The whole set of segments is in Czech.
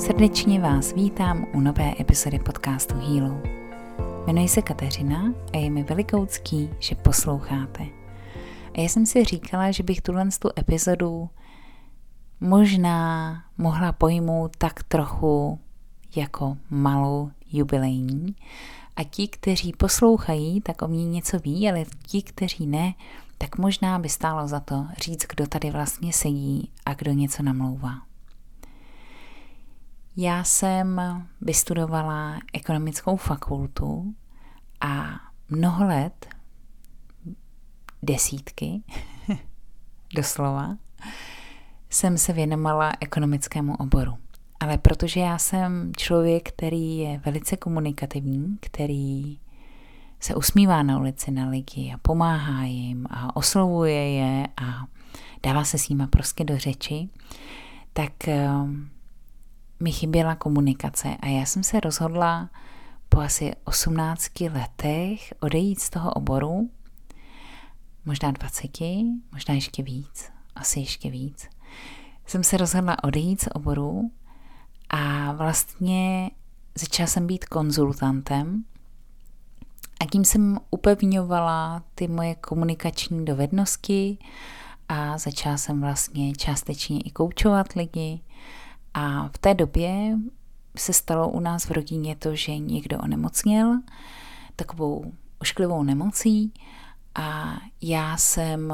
Srdečně vás vítám u nové epizody podcastu Healo. Jmenuji se Kateřina a je mi velikou ctí, že posloucháte. A já jsem si říkala, že bych tu epizodu možná mohla pojmout tak trochu jako malou jubilejní. A ti, kteří poslouchají, tak o mě něco ví, ale ti, kteří ne, tak možná by stálo za to říct, kdo tady vlastně sedí a kdo něco namlouvá. Já jsem vystudovala ekonomickou fakultu a mnoho let, desítky, doslova, jsem se věnovala ekonomickému oboru. Ale protože já jsem člověk, který je velice komunikativní, který se usmívá na ulici na lidi a pomáhá jim a oslovuje je a dává se s nima prostě do řeči, tak mi chyběla komunikace a já jsem se rozhodla po asi 18 letech odejít z toho oboru, možná 20, možná ještě víc, asi ještě víc. Jsem se rozhodla odejít z oboru a vlastně začala jsem být konzultantem a tím jsem upevňovala ty moje komunikační dovednosti a začala jsem vlastně částečně i koučovat lidi. A v té době se stalo u nás v rodině to, že někdo onemocněl takovou ošklivou nemocí a já jsem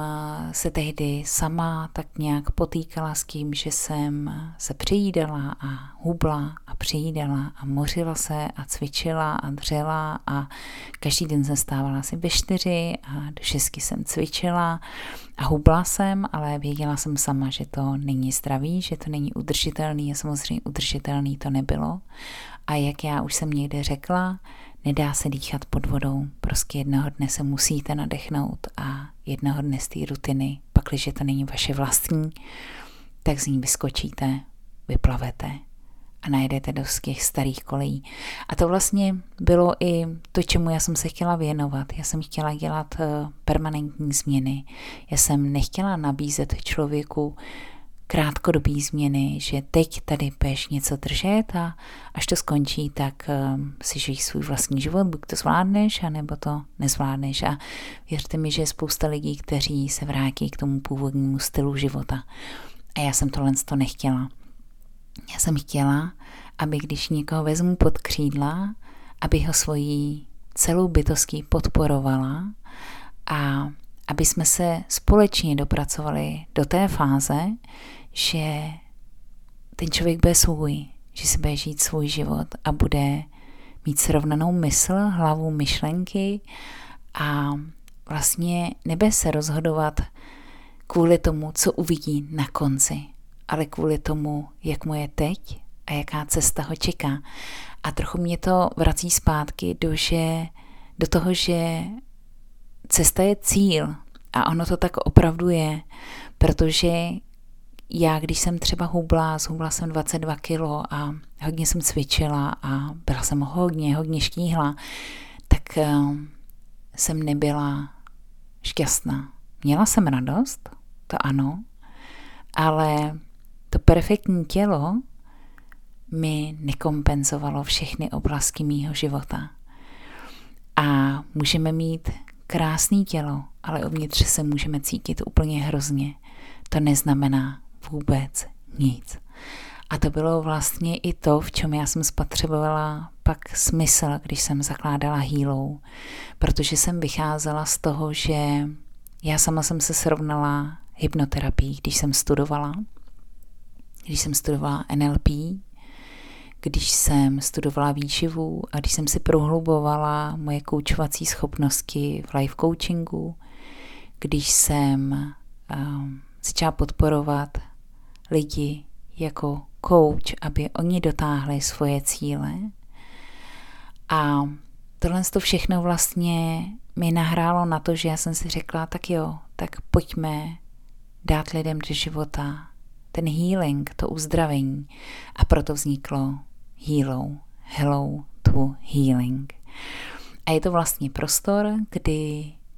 se tehdy sama tak nějak potýkala s tím, že jsem se přejídala a hubla a přejídala a mořila se a cvičila a dřela a každý den jsem stávala asi ve 4 a do 6 jsem cvičila a hubla jsem, ale věděla jsem sama, že to není zdravý, že to není udržitelný a samozřejmě udržitelný to nebylo. A jak já už jsem někde řekla, nedá se dýchat pod vodou, prostě jednoho dne se musíte nadechnout a jednoho dne z té rutiny, pakliže to není vaše vlastní, tak z ní vyskočíte, vyplavete a najedete do těch starých kolejí. A to vlastně bylo i to, čemu já jsem se chtěla věnovat. Já jsem chtěla dělat permanentní změny. Já jsem nechtěla nabízet člověku krátkodobý změny, že teď tady budeš něco držet a až to skončí, tak si žij svůj vlastní život, buď to zvládneš, anebo to nezvládneš. A věřte mi, že je spousta lidí, kteří se vrátí k tomu původnímu stylu života. A já jsem tohle nechtěla. Já jsem chtěla, aby když někoho vezmu pod křídla, aby ho svojí celou bytostí podporovala a aby jsme se společně dopracovali do té fáze, že ten člověk bude svůj, že si bude žít svůj život a bude mít srovnanou mysl, hlavu, myšlenky a vlastně nebude se rozhodovat kvůli tomu, co uvidí na konci, ale kvůli tomu, jak mu je teď a jaká cesta ho čeká. A trochu mě to vrací zpátky do toho, že cesta je cíl a ono to tak opravdu je, protože já, když jsem třeba hubla jsem 22 kilo a hodně jsem cvičila a byla jsem hodně štíhla, tak jsem nebyla šťastná. Měla jsem radost, to ano, ale to perfektní tělo mi nekompenzovalo všechny oblasti mýho života. A můžeme mít krásné tělo, ale uvnitř se můžeme cítit úplně hrozně. To neznamená vůbec nic. A to bylo vlastně i to, v čem já jsem spatřebovala pak smysl, když jsem zakládala Healo, protože jsem vycházela z toho, že já sama jsem se srovnala hypnoterapii, když jsem studovala NLP, když jsem studovala výživu a když jsem si prohlubovala moje koučovací schopnosti v life coachingu, když jsem začala podporovat lidi jako coach, aby oni dotáhli svoje cíle. A tohle to všechno vlastně mi nahrálo na to, že já jsem si řekla, tak jo, tak pojďme dát lidem do života ten healing, to uzdravení. A proto vzniklo Healo, Hello to Healing. A je to vlastně prostor,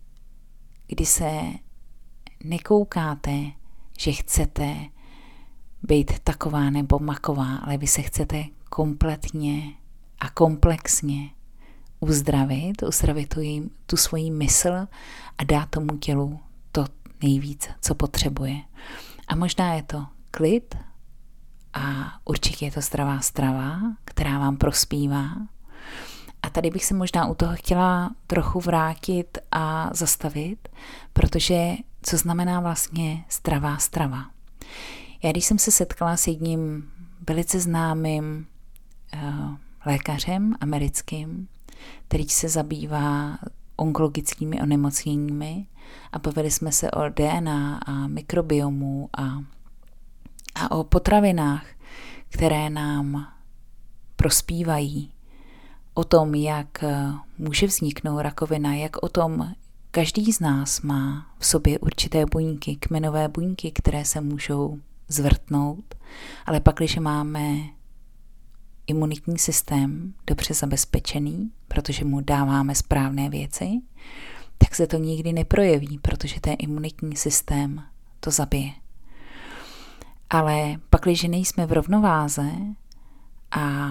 kdy se nekoukáte, že chcete být taková nebo maková, ale vy se chcete kompletně a komplexně uzdravit tu svoji mysl a dát tomu tělu to nejvíc, co potřebuje. A možná je to klid a určitě je to zdravá strava, která vám prospívá. A tady bych se možná u toho chtěla trochu vrátit a zastavit, protože co znamená vlastně zdravá strava? Já když jsem se setkala s jedním velice známým lékařem americkým, který se zabývá onkologickými onemocněními a bavili jsme se o DNA a mikrobiomu a o potravinách, které nám prospívají, o tom, jak může vzniknout rakovina, jak o tom každý z nás má v sobě určité buňky, kmenové buňky, které se můžou zvrtnout, ale pak, když máme imunitní systém dobře zabezpečený, protože mu dáváme správné věci, tak se to nikdy neprojeví, protože ten imunitní systém to zabije. Ale pak, když nejsme v rovnováze a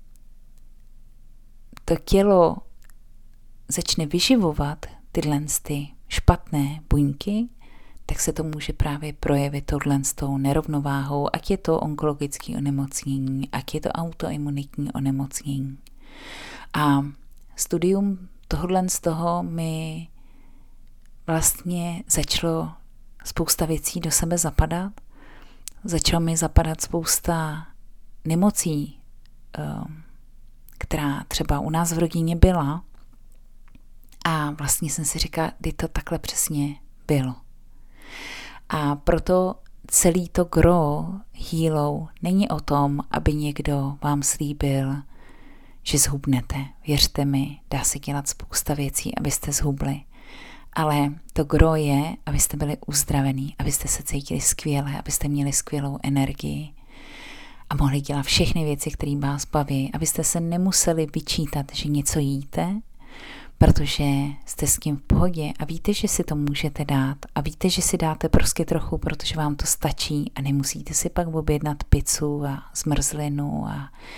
to tělo začne vyživovat tyhle špatné buňky, tak se to může právě projevit touhle nerovnováhou, ať je to onkologické onemocnění, ať je to autoimunitní onemocnění. A studium tohohle z toho mi vlastně začalo spousta věcí do sebe zapadat. Začalo mi zapadat spousta nemocí, která třeba u nás v rodině byla. A vlastně jsem si říkala, kdy to takhle přesně bylo. A proto celý to gro healou není o tom, aby někdo vám slíbil, že zhubnete. Věřte mi, dá se dělat spousta věcí, abyste zhubli. Ale to gro je, abyste byli uzdravení, abyste se cítili skvěle, abyste měli skvělou energii a mohli dělat všechny věci, které vás baví, abyste se nemuseli vyčítat, že něco jíte, protože jste s tím v pohodě a víte, že si to můžete dát a víte, že si dáte prostě trochu, protože vám to stačí a nemusíte si pak objednat pizzu a zmrzlinu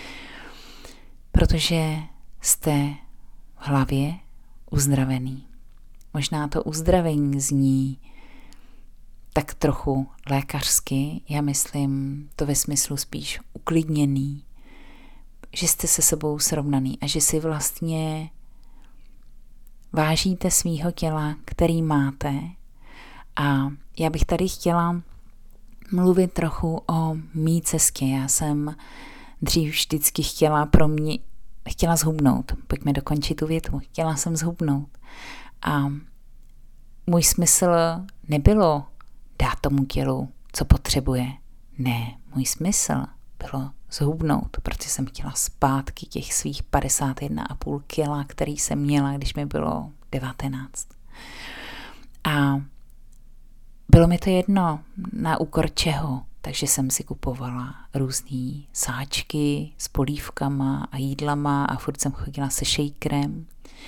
protože jste v hlavě uzdravený. Možná to uzdravení zní tak trochu lékařsky, já myslím to ve smyslu spíš uklidněný, že jste se sebou srovnaný a že si vlastně vážíte svýho těla, který máte. A já bych tady chtěla mluvit trochu o mý cestě. Já jsem dřív vždycky chtěla zhubnout. Pojďme dokončit tu větu. Chtěla jsem zhubnout. A můj smysl nebylo dát tomu tělu, co potřebuje. Ne, můj smysl bylo zhubnout, protože jsem chtěla zpátky těch svých 51,5 kila, který jsem měla, když mi bylo 19. A bylo mi to jedno, na úkor čeho, takže jsem si kupovala různé sáčky s polívkama a jídlama a furt jsem chodila se šejkrem.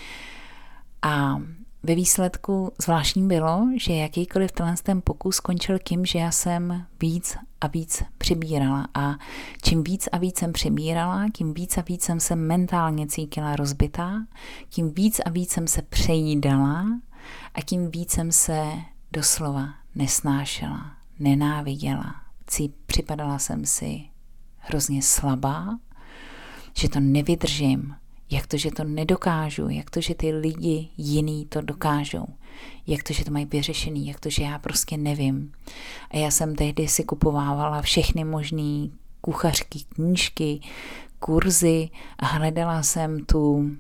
A ve výsledku zvláštní bylo, že jakýkoliv ten pokus skončil tím, že já jsem víc a víc přibírala. A čím víc a víc jsem přibírala, tím víc a víc jsem se mentálně cítila rozbitá, tím víc a víc jsem se přejídala a tím víc jsem se doslova nesnášela, nenáviděla. Připadala jsem si hrozně slabá, že to nevydržím, jak to, že to nedokážu, jak to, že ty lidi jiný to dokážou, jak to, že to mají vyřešený, jak to, že já prostě nevím. A já jsem tehdy si kupovávala všechny možné kuchařky, knížky, kurzy a hledala jsem tu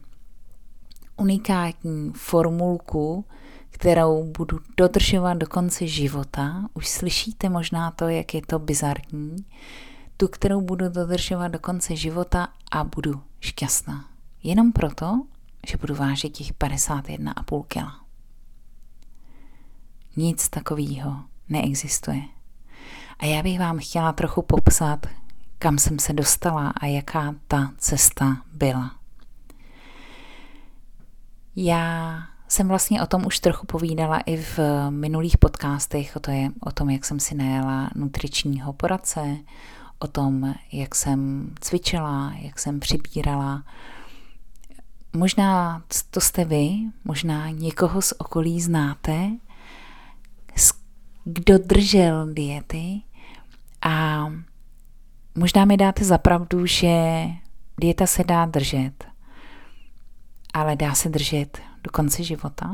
unikátní formulku, kterou budu dodržovat do konce života. Už slyšíte možná to, jak je to bizarní. Tu, kterou budu dodržovat do konce života a budu šťastná. Jenom proto, že budu vážit těch 51,5 kila. Nic takového neexistuje. A já bych vám chtěla trochu popsat, kam jsem se dostala a jaká ta cesta byla. Já jsem vlastně o tom už trochu povídala i v minulých podcastech, o tom, jak jsem si najela nutričního poradce, o tom, jak jsem cvičila, jak jsem přibírala. Možná to jste vy, možná někoho z okolí znáte, kdo držel diety a možná mi dáte za pravdu, že dieta se dá držet, ale dá se držet do konce života.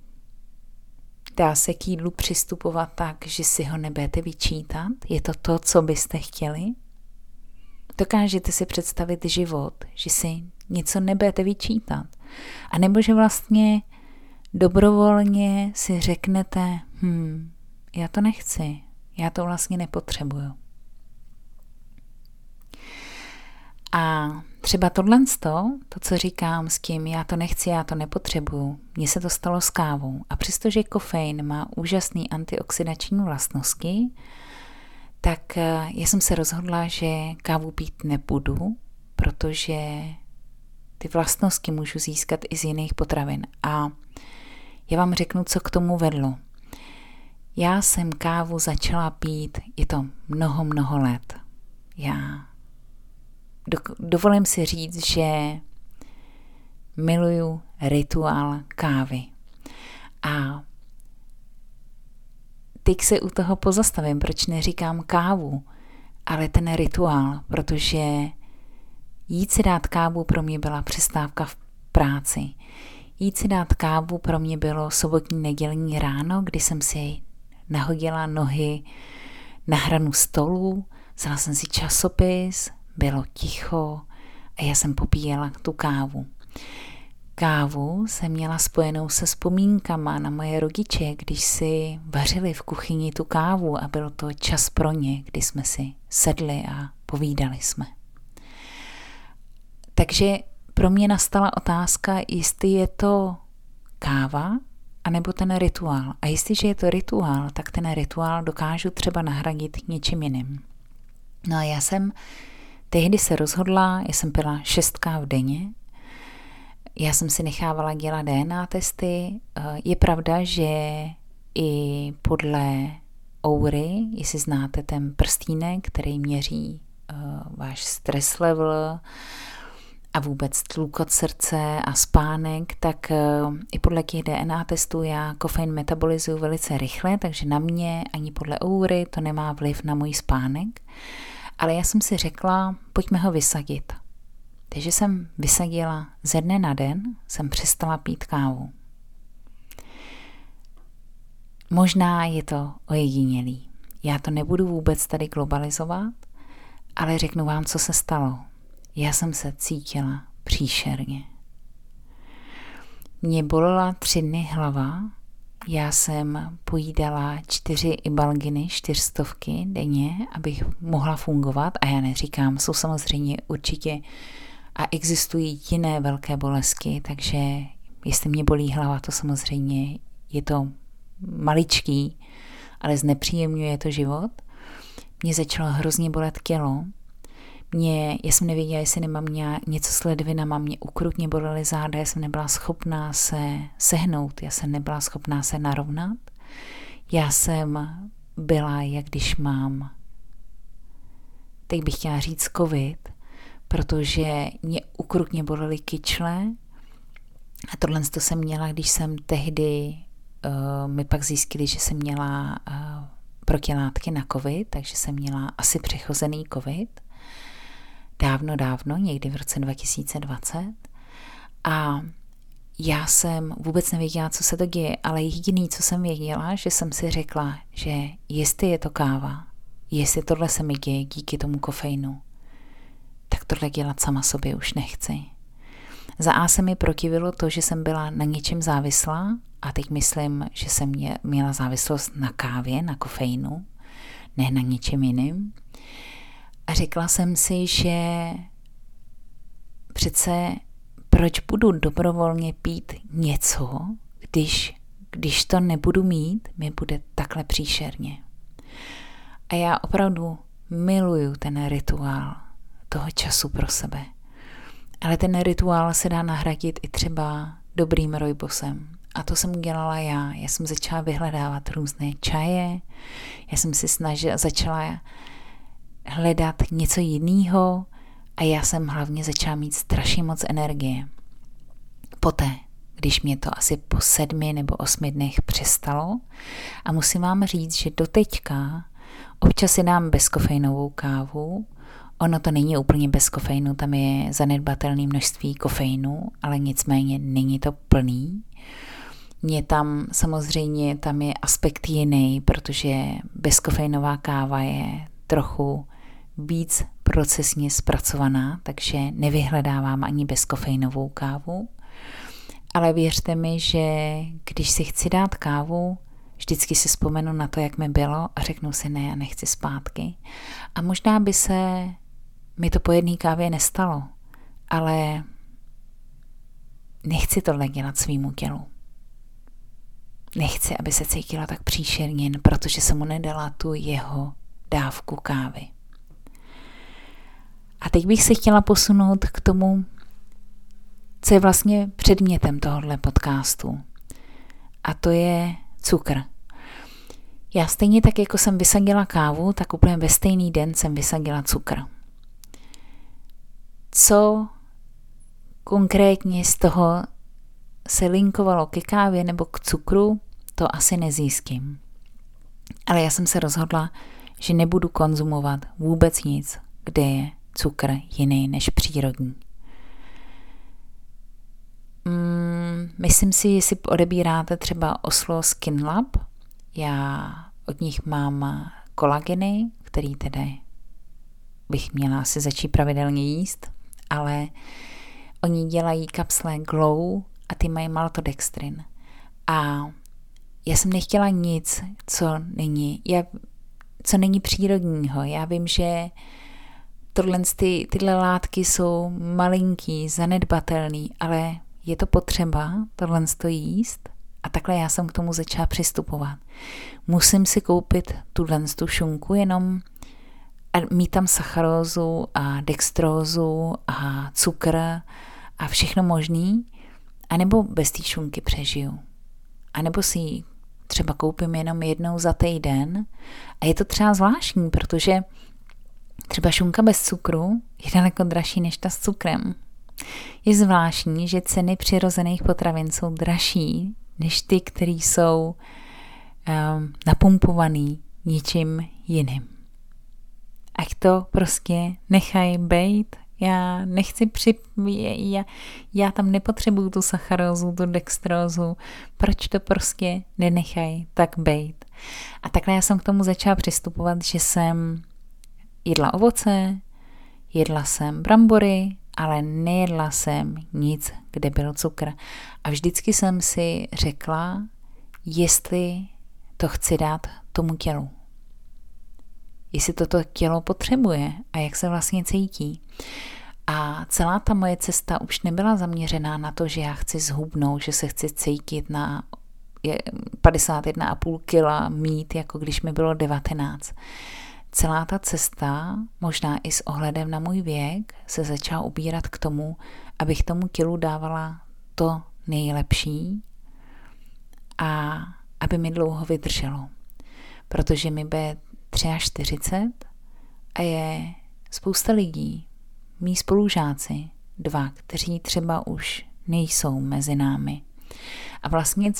Dá se k jídlu přistupovat tak, že si ho nebudete vyčítat. Je to to, co byste chtěli? Dokážete si představit život, že si něco nebudete vyčítat. A nebo že vlastně dobrovolně si řeknete, já to nechci, já to vlastně nepotřebuju. A třeba tohle, co říkám s tím, já to nechci, já to nepotřebuju, mně se to stalo s kávou. A přestože kofein má úžasné antioxidační vlastnosti, tak já jsem se rozhodla, že kávu pít nebudu, protože ty vlastnosti můžu získat i z jiných potravin. A já vám řeknu, co k tomu vedlo. Já jsem kávu začala pít, je to mnoho let. Já dovolím si říct, že miluju rituál kávy. A teď se u toho pozastavím, proč neříkám kávu, ale ten rituál, protože jít si dát kávu pro mě byla přestávka v práci. Jít si dát kávu pro mě bylo sobotní nedělní ráno, kdy jsem si nahodila nohy na hranu stolu, vzala jsem si časopis, bylo ticho a já jsem popíjela tu kávu. Kávu jsem měla spojenou se vzpomínkama na moje rodiče, když si vařili v kuchyni tu kávu a byl to čas pro ně, kdy jsme si sedli a povídali jsme. Takže pro mě nastala otázka, jestli je to káva, anebo ten rituál. A jestliže je to rituál, tak ten rituál dokážu třeba nahradit něčím jiným. No a já jsem tehdy se rozhodla, já jsem pila 6 káv denně, já jsem si nechávala dělat DNA testy. Je pravda, že i podle Oura, jestli znáte ten prstínek, který měří váš stres level a vůbec tlukot srdce a spánek, tak i podle těch DNA testů já kofein metabolizuju velice rychle, takže na mě ani podle Oury to nemá vliv na můj spánek. Ale já jsem si řekla, pojďme ho vysadit. Takže jsem vysadila ze dne na den, jsem přestala pít kávu. Možná je to ojedinělý. Já to nebudu vůbec tady globalizovat, ale řeknu vám, co se stalo. Já jsem se cítila příšerně. Mě bolela 3 dny hlava, já jsem pojídala 4 ibalginy, 400 denně, abych mohla fungovat. A já neříkám, jsou samozřejmě určitě a existují jiné velké bolesti, takže jestli mě bolí hlava, to samozřejmě je to maličký, ale znepříjemňuje to život. Mě začalo hrozně bolet tělo. Já jsem nevěděla, jestli nemám něco s ledvinama, mě ukrutně bolely záda, já jsem nebyla schopná se sehnout, já jsem nebyla schopná se narovnat. Já jsem byla, jak když mám, teď bych chtěla říct covid, protože mě ukrutně bolely kyčle a tohle jsem měla, když jsem tehdy, mi pak zjistili, že jsem měla protilátky na covid, takže jsem měla asi přechozený covid. Dávno, někdy v roce 2020. A já jsem vůbec nevěděla, co se to děje, ale jediný, co jsem věděla, že jsem si řekla, že jestli je to káva, jestli tohle se mi děje díky tomu kofeinu, tak tohle dělat sama sobě už nechci. Za A se mi protivilo to, že jsem byla na něčem závislá a teď myslím, že jsem měla závislost na kávě, na kofeinu, ne na něčem jiným. A řekla jsem si, že přece proč budu dobrovolně pít něco, když to nebudu mít, mi bude takhle příšerně. A já opravdu miluju ten rituál toho času pro sebe. Ale ten rituál se dá nahradit i třeba dobrým rojbosem. A to jsem udělala já. Já jsem začala vyhledávat různé čaje, já jsem si začala hledat něco jiného a já jsem hlavně začala mít strašně moc energie. Poté, když mě to asi po 7 nebo 8 dnech přestalo, a musím vám říct, že doteďka občas si dám bezkofeinovou kávu. Ono to není úplně bez kofeinu, tam je zanedbatelné množství kofeinu, ale nicméně není to plný. Samozřejmě tam je aspekt jiný, protože bezkofeinová káva je trochu víc procesně zpracovaná, takže nevyhledávám ani bezkofeinovou kávu. Ale věřte mi, že když si chci dát kávu, vždycky si vzpomenu na to, jak mi bylo a řeknu si ne, já nechci zpátky. A možná by se mi to po jedné kávě nestalo, ale nechci tohle dělat svýmu tělu. Nechci, aby se cítila tak příšerně, protože jsem mu nedala tu jeho dávku kávy. A teď bych se chtěla posunout k tomu, co je vlastně předmětem tohohle podcastu. A to je cukr. Já stejně tak, jako jsem vysadila kávu, tak úplně ve stejný den jsem vysadila cukr. Co konkrétně z toho se linkovalo ke kávě nebo k cukru, to asi nezjistím. Ale já jsem se rozhodla, že nebudu konzumovat vůbec nic, kde je cukr jiný než přírodní. Myslím si, jestli odebíráte třeba Oslo Skin Lab, já od nich mám kolageny, který tedy bych měla asi začít pravidelně jíst, ale oni dělají kapsle Glow a ty mají maltodextrin. A já jsem nechtěla nic, co není přírodního. Já vím, že tyhle látky jsou malinký, zanedbatelný, ale je to potřeba tohle jíst a takhle já jsem k tomu začala přistupovat. Musím si koupit tu šunku jenom a mít tam sacharózu a dextrózu a cukr a všechno možný, anebo bez té šunky přežiju. A nebo si ji třeba koupím jenom jednou za týden a je to třeba zvláštní, protože třeba šunka bez cukru je daleko dražší než ta s cukrem. Je zvláštní, že ceny přirozených potravin jsou dražší než ty, které jsou napumpovaný ničím jiným. Ať to prostě nechají bejt. Já nechci já tam nepotřebuju tu sacharózu, tu dextrózu. Proč to prostě nenechají tak bejt? A takhle já jsem k tomu začala přistupovat, že jsem jedla ovoce, jedla jsem brambory, ale nejedla jsem nic, kde byl cukr. A vždycky jsem si řekla, jestli to chci dát tomu tělu. Jestli toto tělo potřebuje a jak se vlastně cítí. A celá ta moje cesta už nebyla zaměřená na to, že já chci zhubnout, že se chci cítit na 51,5 kg mít, jako když mi bylo 19. Celá ta cesta, možná i s ohledem na můj věk, se začala ubírat k tomu, abych tomu tělu dávala to nejlepší a aby mi dlouho vydrželo. Protože mi bude 43 a je spousta lidí, mí spolužáci, 2, kteří třeba už nejsou mezi námi. A vlastně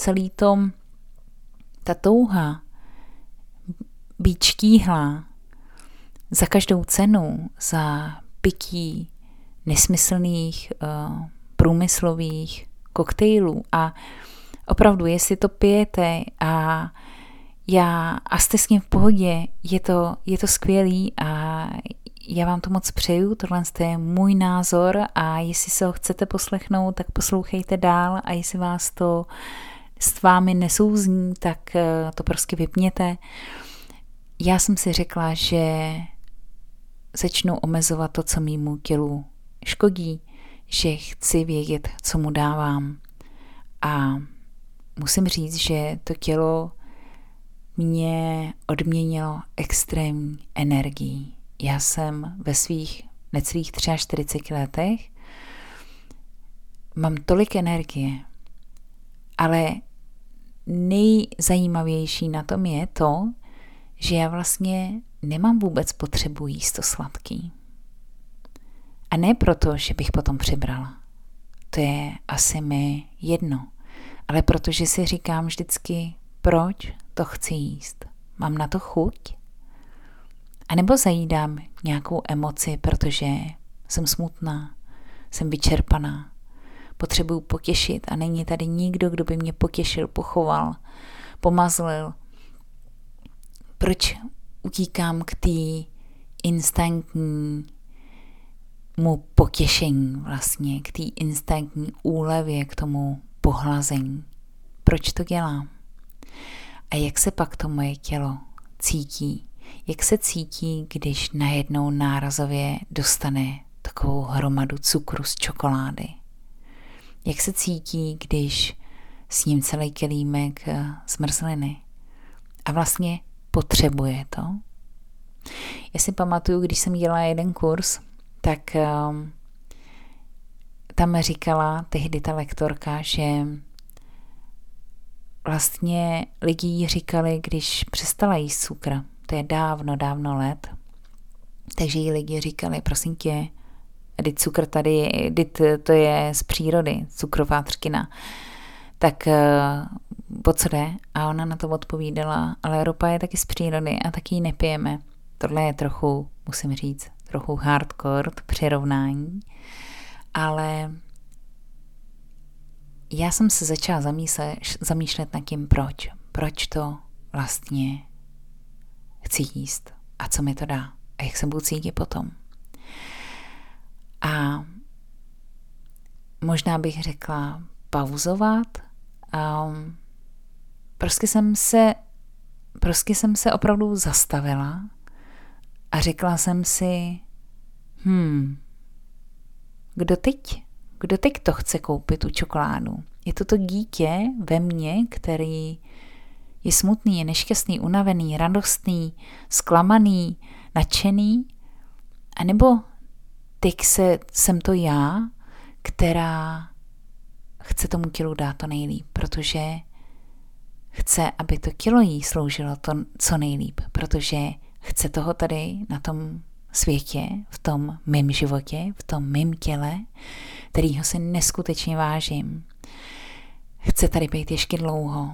ta touha být štíhlá za každou cenu, za pití nesmyslných průmyslových koktejlů a opravdu, jestli to pijete a jste s ním v pohodě, je to skvělý a já vám to moc přeju, tohle je můj názor a jestli se ho chcete poslechnout, tak poslouchejte dál a jestli vás to s vámi nesouzní, tak to prostě vypněte. Já jsem si řekla, že začnu omezovat to, co mému tělu škodí, že chci vědět, co mu dávám. A musím říct, že to tělo mě odměnilo extrémní energií. Já jsem ve svých necelých 43 letech mám tolik energie Ale nejzajímavější na tom je to, že já vlastně nemám vůbec potřebu jíst to sladký. A ne proto, že bych potom přibrala. To je asi mi jedno. Ale protože si říkám vždycky, proč to chci jíst. Mám na to chuť? A nebo zajídám nějakou emoci, protože jsem smutná, jsem vyčerpaná, potřebuju potěšit a není tady nikdo, kdo by mě potěšil, pochoval, pomazlil. Proč utíkám k té instantnímu potěšení vlastně, k té instantní úlevě, k tomu pohlazení? Proč to dělám? A jak se pak to moje tělo cítí? Jak se cítí, když najednou nárazově dostane takovou hromadu cukru z čokolády? Jak se cítí, když sním celý kelímek zmrzliny? A vlastně potřebuje to? Já si pamatuju, když jsem dělala jeden kurz, tak tam říkala tehdy ta lektorka, že vlastně lidi jí říkali, když přestala jíst cukr, to je dávno let, takže jí lidi říkali, prosím tě, vždyť cukr tady je, to je z přírody, cukrová třtina, tak o co jde? A ona na to odpovídala, ale ropa je taky z přírody a taky ji nepijeme. Tohle je trochu, musím říct, trochu hardcore přirovnání, ale já jsem se začala zamýšlet nad tím, proč. Proč to vlastně chci jíst a co mi to dá a jak se budu cítit potom. A možná bych řekla pauzovat. Prostě jsem se opravdu zastavila a řekla jsem si, kdo teď to chce koupit, tu čokoládu? Je to dítě ve mně, který je smutný, je nešťastný, unavený, radostný, zklamaný, nadšený? A nebo teď jsem to já, která chce tomu tělu dát to nejlíp, protože chce, aby to tělo jí sloužilo to co nejlíp, protože chce toho tady na tom světě, v tom mém životě, v tom mém těle, kterýho si neskutečně vážím. Chce tady být ještě dlouho.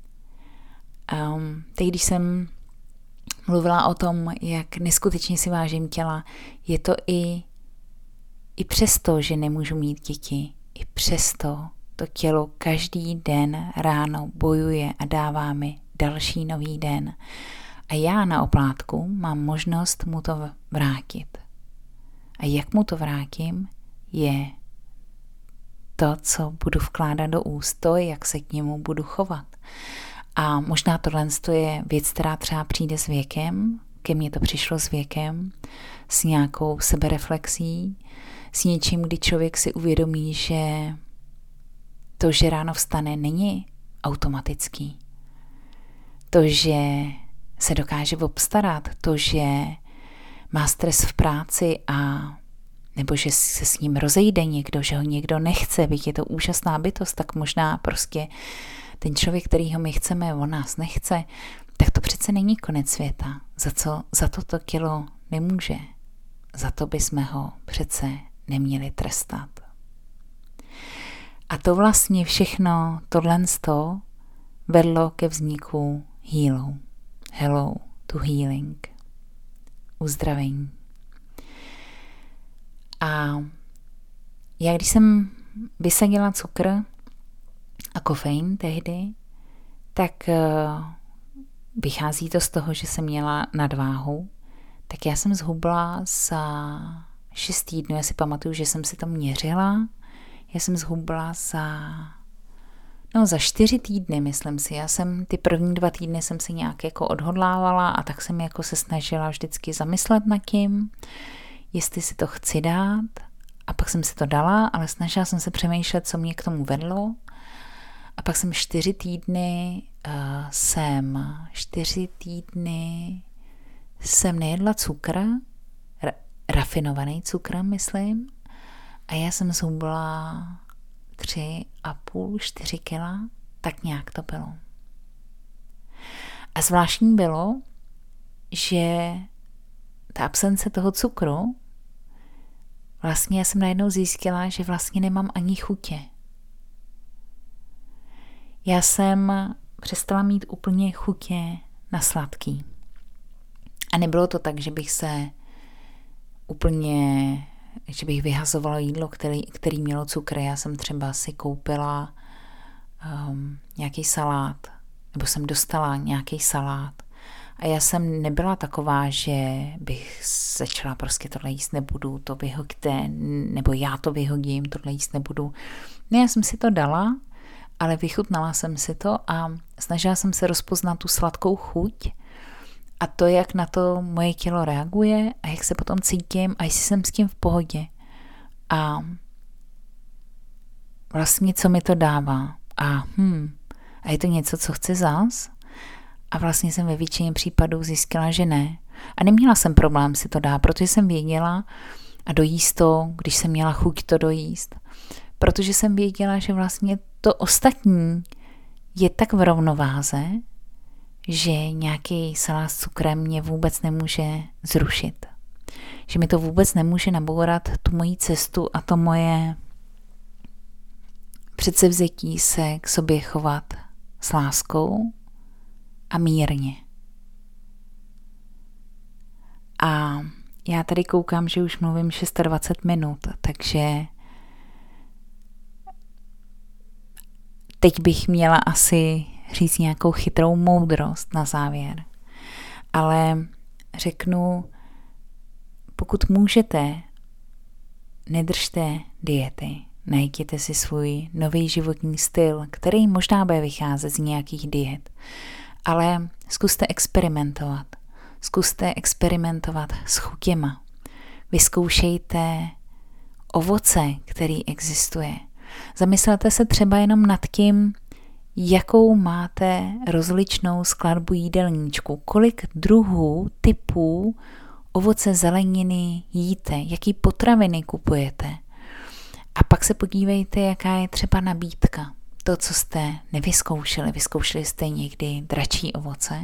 Teď, když jsem mluvila o tom, jak neskutečně si vážím těla, je to i přesto, že nemůžu mít děti. I přesto to tělo každý den ráno bojuje a dává mi další nový den. A já na oplátku mám možnost mu to vrátit. A jak mu to vrátím, je to, co budu vkládat do úst, to, jak se k němu budu chovat. A možná tohle je věc, která třeba přijde s věkem, ke mně to přišlo s věkem, s nějakou sebereflexí, s něčím, kdy člověk si uvědomí, že to, že ráno vstane, není automatický. To, že se dokáže obstarat, to, že má stres v práci nebo že se s ním rozejde někdo, že ho někdo nechce, byť je to úžasná bytost, tak možná prostě ten člověk, kterýho my chceme, on nás nechce, tak to přece není konec světa. Za to tělo nemůže. Za to bychom ho přece neměli trestat. A to vlastně všechno, tohle vedlo ke vzniku Hello to Healing. Uzdravení. A já, když jsem vysadila cukr a kofein tehdy, tak vychází to z toho, že jsem měla nadváhu, tak já jsem zhubla za 6 týdnů. Já si pamatuju, že jsem si to měřila. Já jsem zhubla za 4 týdny, myslím si. Já jsem ty první 2 týdny jsem si nějak jako odhodlávala a tak jsem jako se snažila vždycky zamyslet nad tím, jestli si to chci dát. A pak jsem si to dala, ale snažila jsem se přemýšlet, co mě k tomu vedlo. A pak jsem 4 týdny jsem nejedla cukr, rafinovaný cukr, myslím. A já jsem zhubla 3,5-4 kila Tak nějak to bylo. A zvláštní bylo, že ta absence toho cukru, vlastně já jsem najednou zjistila, že vlastně nemám ani chutě. Já jsem přestala mít úplně chutě na sladký. A nebylo to tak, že bych že bych vyhazovala jídlo, který mělo cukr. Já jsem třeba si koupila nějaký salát, nebo jsem dostala nějaký salát. A já jsem nebyla taková, že bych začala prostě tohle jíst nebudu, to vyhoďte, nebo já to vyhodím, tohle jíst nebudu. Ne, já jsem si to dala, ale vychutnala jsem si to a snažila jsem se rozpoznat tu sladkou chuť a to, jak na to moje tělo reaguje a jak se potom cítím a jestli jsem s tím v pohodě. A vlastně, co mi to dává. A je to něco, co chci zás? A vlastně jsem ve většině případů zjistila, že ne. A neměla jsem problém si to dát, protože jsem věděla a dojíst to, když jsem měla chuť to dojíst. Protože jsem věděla, že vlastně to ostatní je tak v rovnováze, že nějaký salát s cukrem mě vůbec nemůže zrušit. Že mi to vůbec nemůže nabourat tu moji cestu a to moje předsevzetí se k sobě chovat s láskou a mírně. A já tady koukám, že už mluvím 26 minut, takže teď bych měla asi říct nějakou chytrou moudrost na závěr. Ale řeknu, pokud můžete, nedržte diety, najděte si svůj nový životní styl, který možná bude vycházet z nějakých diet, ale zkuste experimentovat. Zkuste experimentovat s chutěma. Vyzkoušejte ovoce, který existuje. Zamyslete se třeba jenom nad tím, jakou máte rozličnou skladbu jídelníčku, kolik druhů, typů ovoce, zeleniny jíte, jaký potraviny kupujete. A pak se podívejte, jaká je třeba nabídka. To, co jste nevyzkoušeli. Vyzkoušeli jste někdy dračí ovoce?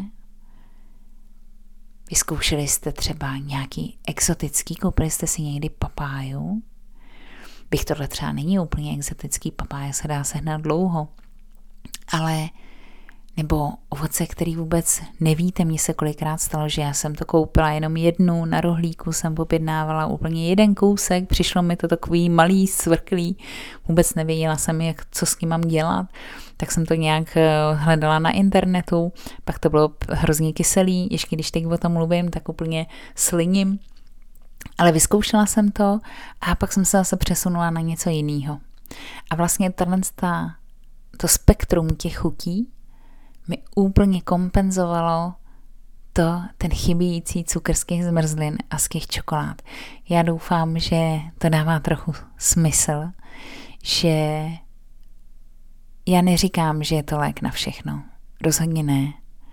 Vyzkoušeli jste třeba nějaký exotický, koupili jste si někdy papáju? Bych tohle třeba není úplně exotický, papája se dá sehnat dlouho. Ale nebo ovoce, který vůbec nevíte, mně se kolikrát stalo, že já jsem to koupila jenom jednu, na rohlíku jsem objednávala úplně jeden kousek, přišlo mi to takový malý, svrklý, vůbec nevěděla jsem, co s tím mám dělat, tak jsem to nějak hledala na internetu, pak to bylo hrozně kyselý, ještě když teď o tom mluvím, tak úplně sliním, ale vyzkoušela jsem to a pak jsem se zase přesunula na něco jiného. A vlastně to spektrum těch chutí mi úplně kompenzovalo ten chybějící cukr z těch zmrzlin a z těch čokolád. Já doufám, že to dává trochu smysl, že já neříkám, že je to lék na všechno. Rozhodně ne.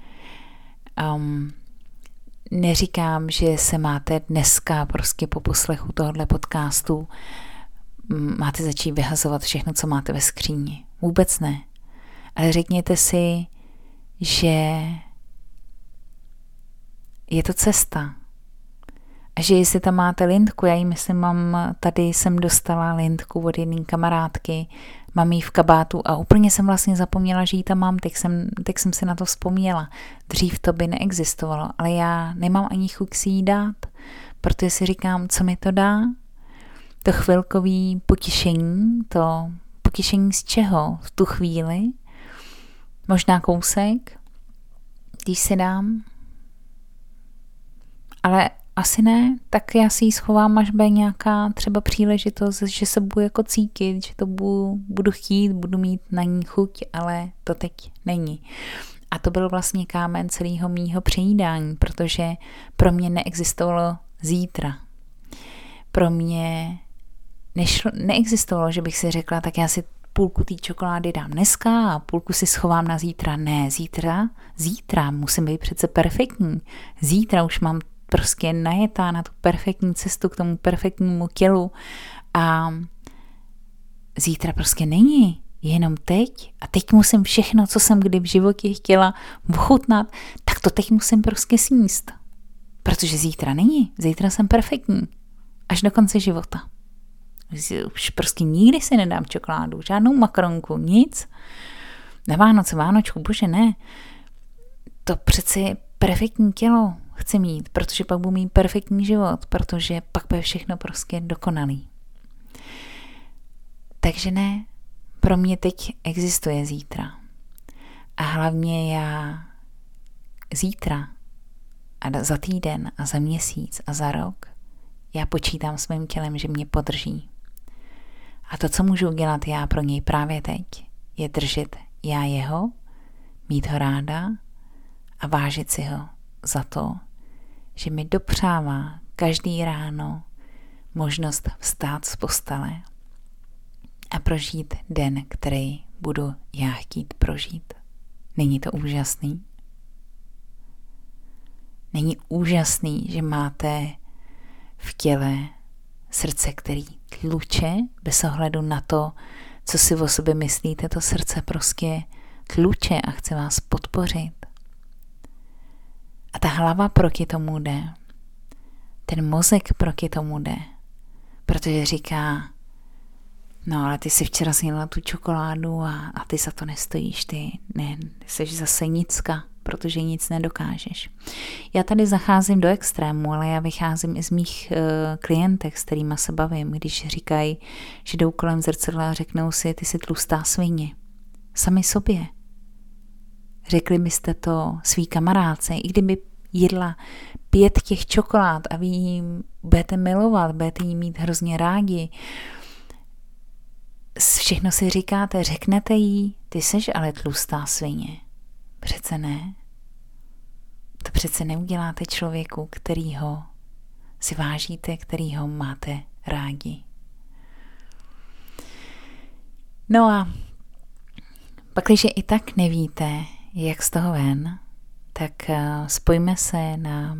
Neříkám, že se máte dneska prostě po poslechu tohohle podcastu máte začít vyhazovat všechno, co máte ve skříni. Vůbec ne. Ale řekněte si, že je to cesta. A že jestli tam máte lintku, já jí myslím, jsem dostala lintku od jedné kamarádky, mám ji v kabátu a úplně jsem vlastně zapomněla, že ji tam mám, teď jsem si na to vzpomněla. Dřív to by neexistovalo, ale já nemám ani chuť si jí dát, protože si říkám, co mi to dá? To chvilkový potěšení, to potěšení z čeho v tu chvíli? Možná kousek, když si dám, ale asi ne, tak já si ji schovám, až bude nějaká třeba příležitost, že se budu jako cítit, že to budu chtít, budu mít na ní chuť, ale to teď není. A to byl vlastně kámen celého mýho přejídání, protože pro mě neexistovalo zítra. Pro mě neexistovalo, že bych si řekla, tak já si půlku té čokolády dám dneska a půlku si schovám na zítra. Ne, zítra musím být přece perfektní. Zítra už mám prostě najetá na tu perfektní cestu k tomu perfektnímu tělu a zítra prostě není. jenom teď a teď musím všechno, co jsem kdy v životě chtěla ochutnat, tak to teď musím prostě sníst. Protože zítra není, zítra jsem perfektní. Až do konce života. Už prostě nikdy si nedám čokoládu, žádnou makaronku, nic. Na Vánoce, Vánočku, bože ne. To přeci perfektní tělo chci mít, protože pak budu mít perfektní život, protože pak bude všechno prostě dokonalý. Takže ne, pro mě teď existuje zítra. A hlavně já zítra a za týden a za měsíc a za rok já počítám s mým tělem, že mě podrží. A to, co můžu udělat já pro něj právě teď, je držet já jeho, mít ho ráda a vážit si ho za to, že mi dopřává každý ráno možnost vstát z postele a prožít den, který budu já chtít prožít. Není to úžasný? Není úžasný, že máte v těle srdce, který tluče bez ohledu na to, co si o sobě myslíte, to srdce prostě tluče a chce vás podpořit. A ta hlava proti tomu jde. Ten mozek proti tomu jde. Protože říká, no ale ty si včera snědla tu čokoládu a ty za to nestojíš, ty jsi zase nicka, protože nic nedokážeš. Já tady zacházím do extrému, ale já vycházím i z mých klientek, s kterýma se bavím, když říkají, že jdou kolem zrcadla a řeknou si, ty jsi tlustá svině. Sami sobě. Řekli byste to svý kamarádce, i kdyby jedla 5 těch čokolád a vy jí budete milovat, budete jí mít hrozně rádi. Všechno si říkáte, řeknete jí, ty seš ale tlustá svině. Přece ne. To přece neuděláte člověku, kterýho si vážíte, kterýho máte rádi. No a pak, když i tak nevíte, jak z toho ven, tak spojme se na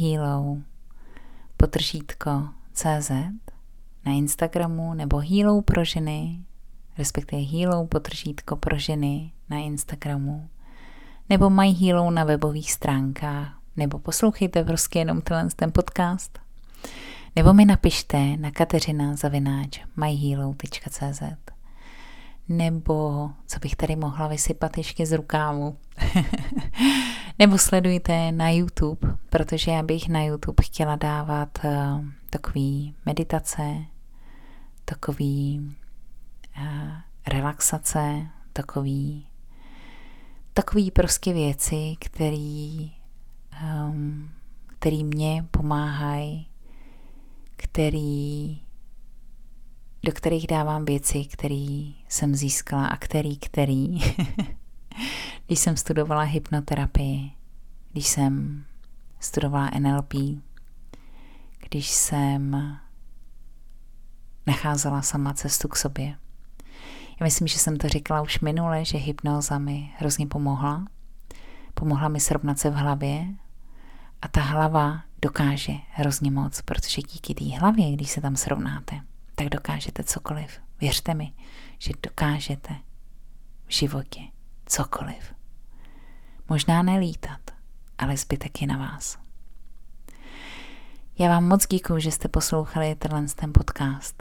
myhelo.cz na Instagramu nebo Healou pro ženy, respektive Healou_pro ženy na Instagramu, nebo My Healou na webových stránkách, nebo poslouchejte prostě jenom ten podcast, nebo mi napište na kateřina@myhealou.cz, nebo co bych tady mohla vysypat ještě z rukávu, nebo sledujte na YouTube, protože já bych na YouTube chtěla dávat takový meditace, takový relaxace, takový prostě věci, který mě pomáhají, do kterých dávám věci, které jsem získala a který když jsem studovala hypnoterapii, když jsem studovala NLP, když jsem nacházela sama cestu k sobě. Já myslím, že jsem to říkala už minule, že hypnóza mi hrozně pomohla. Pomohla mi srovnat se v hlavě a ta hlava dokáže hrozně moc, protože díky té hlavě, když se tam srovnáte, tak dokážete cokoliv. Věřte mi, že dokážete v životě cokoliv. Možná nelítat, ale zbytek je na vás. Já vám moc děkuju, že jste poslouchali ten podcast.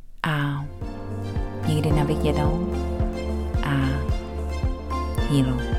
A někdy na viděnou a Healou.